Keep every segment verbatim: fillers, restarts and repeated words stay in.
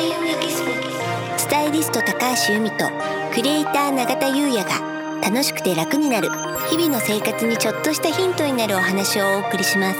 開運エキスポ。スタイリスト高橋由美とクリエイター永田優也が楽しくて楽になる日々の生活にちょっとしたヒントになるお話をお送りします。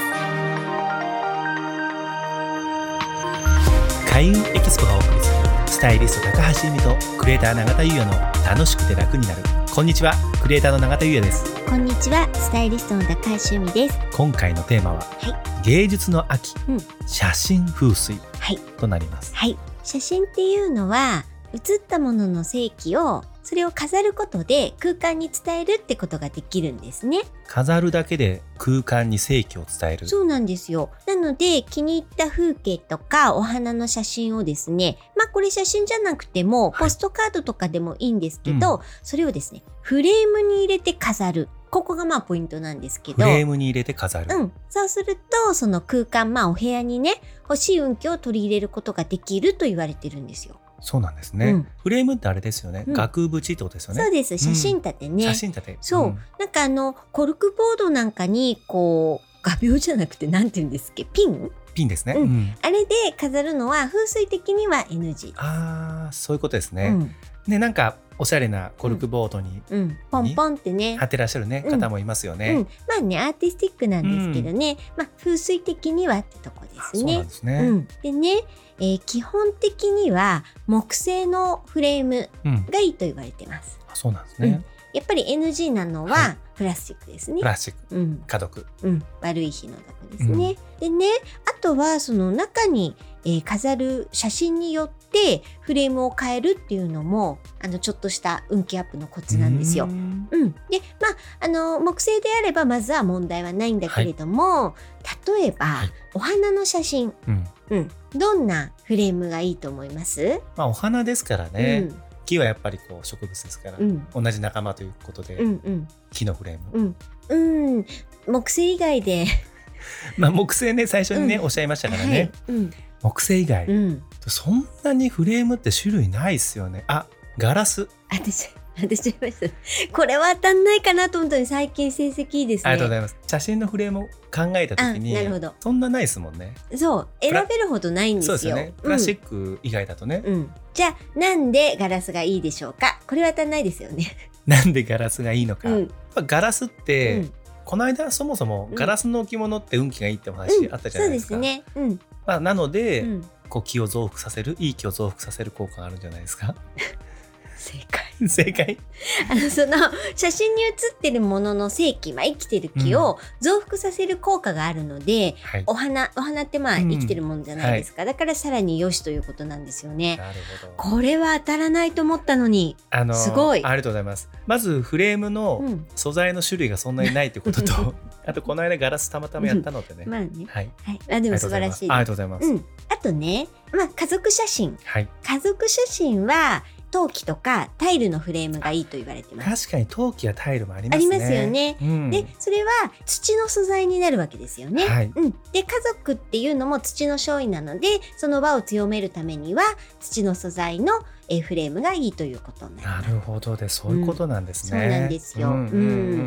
開運エキスポがお送りするスタイリスト高橋由美とクリエイター永田優也の楽しくて楽になる。こんにちは、クリエイターの永田優也です。 こんにちは、スタイリストの高橋由美です。 今回のテーマは、はい、芸術の秋、うん、写真風水、はい、となります。 はい、写真っていうのは写ったものの正気をそれを飾ることで空間に伝えるってことができるんですね。 飾るだけで空間に正気を伝える。 そうなんですよ。なので気に入った風景とかお花の写真をですね、まあこれ写真じゃなくてもポストカードとかでもいいんですけど、はい、うん、それをですねフレームに入れて飾る。ここがまあポイントなんですけど、 フレームに入れて飾る。 うん、そうするとその空間、まあお部屋にね欲しい運気を取り入れることができると言われてるんですよ。 そうなんですね、うん、フレームってあれですよね、うん、額縁ってことですよね。 そうです、写真立てね、うん、 写真立て。 そう、うん、なんかあのコルクボードなんかにこう画鋲じゃなくてなんて言うんですっけ、ピンピンですね、 うんうん、あれで飾るのは風水的には エヌジー。 ああ、そういうことですね、うん、ね、なんかおしゃれなコルクボードに、 うんうん、ポンポンってね貼ってらっしゃる、ね、方もいますよね、 うんうん、まあねアーティスティックなんですけどね、うん、まあ、風水的にはってとこですね。 そうなんですね、うん、 でね、えー、基本的には木製のフレームがいいと言われてます、 うん、あ、そうなんですね、うん、 やっぱり エヌジー なのはプラスチックですね。 プラスチック、うん、火毒、 うん、悪い日の毒ですね、うん、でね、あとはその中に、えー、飾る写真によってフレームを変えるっていうのもあのちょっとした運気アップのコツなんですよ。うん、うん、で、まあ、あの木製であればまずは問題はないんだけれども、はい、例えば、はい、お花の写真、うんうん、どんなフレームがいいと思います？ まあ、お花ですからね、うん、木はやっぱりこう植物ですから、うん、同じ仲間ということで、うんうん、木のフレーム、 うんうん、木製以外でまあ木製ね、最初にね、うん、おっしゃいましたからね、はい、うん、木製以外、うん、そんなにフレームって種類ないですよね。あ、ガラス、 私私いました。これは当たんないかなと思ったのに最近成績いいですね。 ありがとうございます。写真のフレームを考えた時に、なるほど、そんなないですもんね。 そう選べるほどないんですよ。 そうですよね、プラスチック以外だとね、うんうん、 じゃあなんでガラスがいいでしょうか。これは当たんないですよね。 なんでガラスがいいのか、うん、やっぱガラスって、うん、この間そもそもガラスの置物って運気がいいってお話あったじゃないですか、うんうん、そうですね、うん、まあ、なので、うん、こう気を増幅させる、いい気を増幅させる効果があるんじゃないですか。 正解正解。 あのその写真に写ってるものの正気、まあ、生きてる気を増幅させる効果があるので、うん、お花お花ってまあ生きてるものじゃないですか、うん、はい、だからさらに良しということなんですよね。 なるほど。 これは当たらないと思ったのに、あのー、すごい。 ありがとうございます。まずフレームの素材の種類がそんなにないということと、うん、あとこの間ガラスたまたまやったのでね、うん、まあね、はい、はい、あでも素晴らしいです。ありがとうございます。 うん、あとね、まあ、家族写真、はい、家族写真は陶器とかタイルのフレームがいいと言われてます。 確かに陶器やタイルもありますね。 ありますよね、うん、でそれは土の素材になるわけですよね、はい、うん、で家族っていうのも土の勝因なのでその輪を強めるためには土の素材のえフレームがいいということになります。 なるほどで、そういうことなんですね、 うん、そうなんですよ、うんうんうん、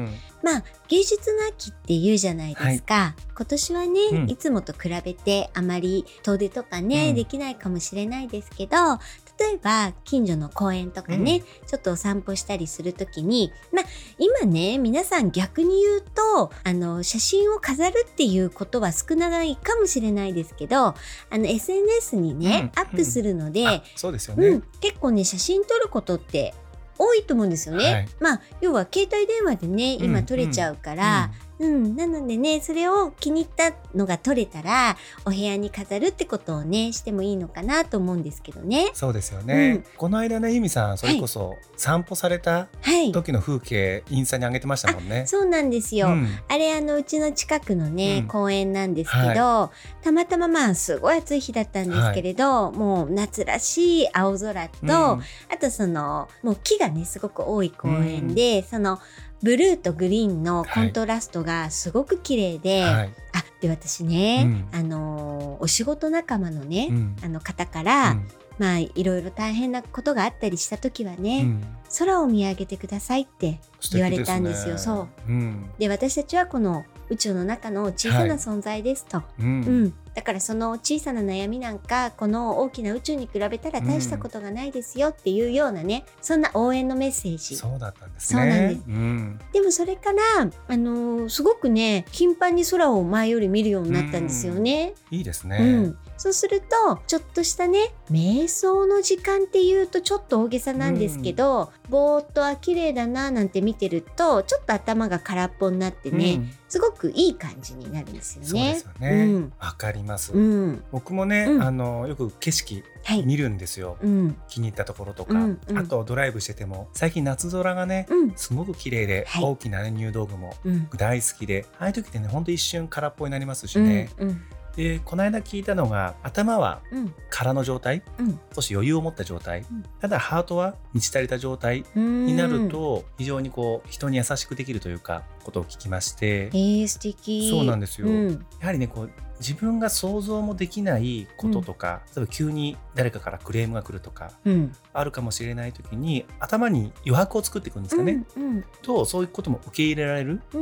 まあ芸術の秋って言うじゃないですか、はい、今年はね、うん、いつもと比べてあまり遠出とかね、うん、できないかもしれないですけど、例えば近所の公園とかね、うん、ちょっとお散歩したりするときに、まあ今ね皆さん逆に言うとあの写真を飾るっていうことは少ないかもしれないですけど、あの エスエヌエス にね、うん、アップするので、うん、 そうですよね、うん、 結構ね写真撮ることって多いと思うんですよね、はい、まあ要は携帯電話でね今撮れちゃうから、うんうんうん、なのでねそれを気に入ったのが撮れたらお部屋に飾るってことをねしてもいいのかなと思うんですけどね。 そうですよね、うん、この間ね由美さんそれこそ散歩された時の風景、はい、インスタに上げてましたもんね。 そうなんですよ、うん、あれあのうちの近くのね、うん、公園なんですけど、はい、たまたままあすごい暑い日だったんですけれど、はい、もう夏らしい青空と、うん、あとそのもう木がねすごく多い公園で、うん、そのブルーとグリーンのコントラストがすごく綺麗で、はい、あで私ね、うん、あのお仕事仲間のね、うん、あの方から、うん、まあいろいろ大変なことがあったりした時はね、うん、空を見上げてくださいって言われたんですよ。そう、うん、で私たちはこの宇宙の中の小さな存在ですと、はい、うん、 だからその小さな悩みなんかこの大きな宇宙に比べたら大したことがないですよっていうようなね、うん、そんな応援のメッセージ。 そうだったんですね。 そうなんです、 うん、 でもそれから、あのー、すごくね頻繁に空を前より見るようになったんですよね、 うん、いいですね、 うん、そうするとちょっとしたね瞑想の時間っていうとちょっと大げさなんですけど、うん、ぼーっとあ綺麗だななんて見てるとちょっと頭が空っぽになってね、うん、すごくいい感じになるんですよね。 そうですよね、うん、わかります、うん、僕もね、うん、あのよく景色見るんですよ、はい、うん、気に入ったところとか、うんうん、あとドライブしてても最近夏空がね、うん、すごく綺麗で、はい、大きな、ね、入道雲、うん、大好きで、ああいう時ってねほんと一瞬空っぽになりますしね、うんうん、でこの間聞いたのが頭は空の状態、うん、少し余裕を持った状態、うん、ただハートは満ち足りた状態になると非常にこう人に優しくできるというかことを聞きまして、 えー、素敵。 そうなんですよ、うん、やはりねこう自分が想像もできないこととか、うん、例えば急に誰かからクレームが来るとか、うん、あるかもしれない時に頭に余白を作っていくんですかね、うんうん、とそういうことも受け入れられる、うん、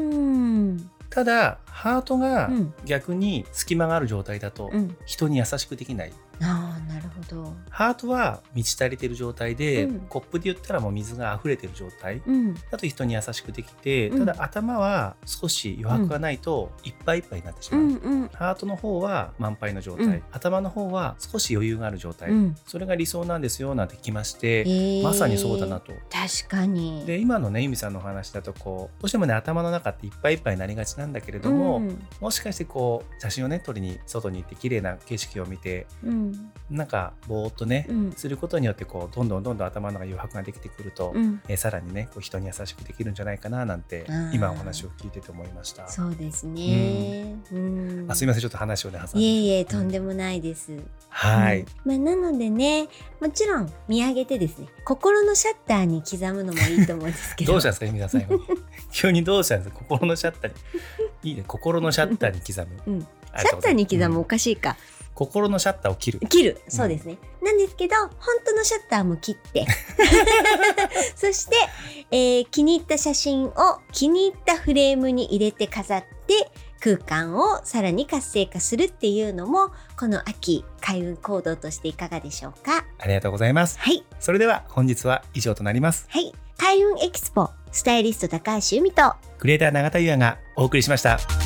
ただハートが逆に隙間がある状態だと人に優しくできない、 うん、あーなるほど。 ハートは満ち足りてる状態で、うん、コップで言ったらもう水が溢れてる状態、うん、だと人に優しくできて、ただ頭は少し余白がないといっぱいいっぱいになってしまう、うんうん、ハートの方は満杯の状態、うん、頭の方は少し余裕がある状態、うん、それが理想なんですよなんて聞きまして、えー、まさにそうだなと。 確かに。 で今のね由美さんのお話だとこうどうしてもね頭の中っていっぱいいっぱいになりがちなんだけれども、うん、もしかしてこう写真をね撮りに外に行って綺麗な景色を見て、うん、なんかぼーっとね、うん、することによってこうどんどんどんどん頭の中に余白ができてくると、うん、えさらにねこう人に優しくできるんじゃないかななんて今お話を聞いてて思いました。 そうですね、うん、 あすいませんちょっと話をね挟んで。 いえいえとんでもないです、うん、 はい、 まあ、なのでねもちろん見上げてですね心のシャッターに刻むのもいいと思うんですけどどうしたんですか由美さん最後に急にどうしたんですか心のシャッターにいいね心のシャッターに刻む、うん、シャッターに刻むおかしいか、 うん、心のシャッターを切る切るそうですね、うん、なんですけど本当のシャッターも切ってそして、えー、気に入った写真を気に入ったフレームに入れて飾って空間をさらに活性化するっていうのもこの秋開運行動としていかがでしょうか。 ありがとうございます。 はい、 それでは本日は以上となります。 はい、開運エキスポスタイリスト高橋由美とクリエイター永田優也がお送りしました。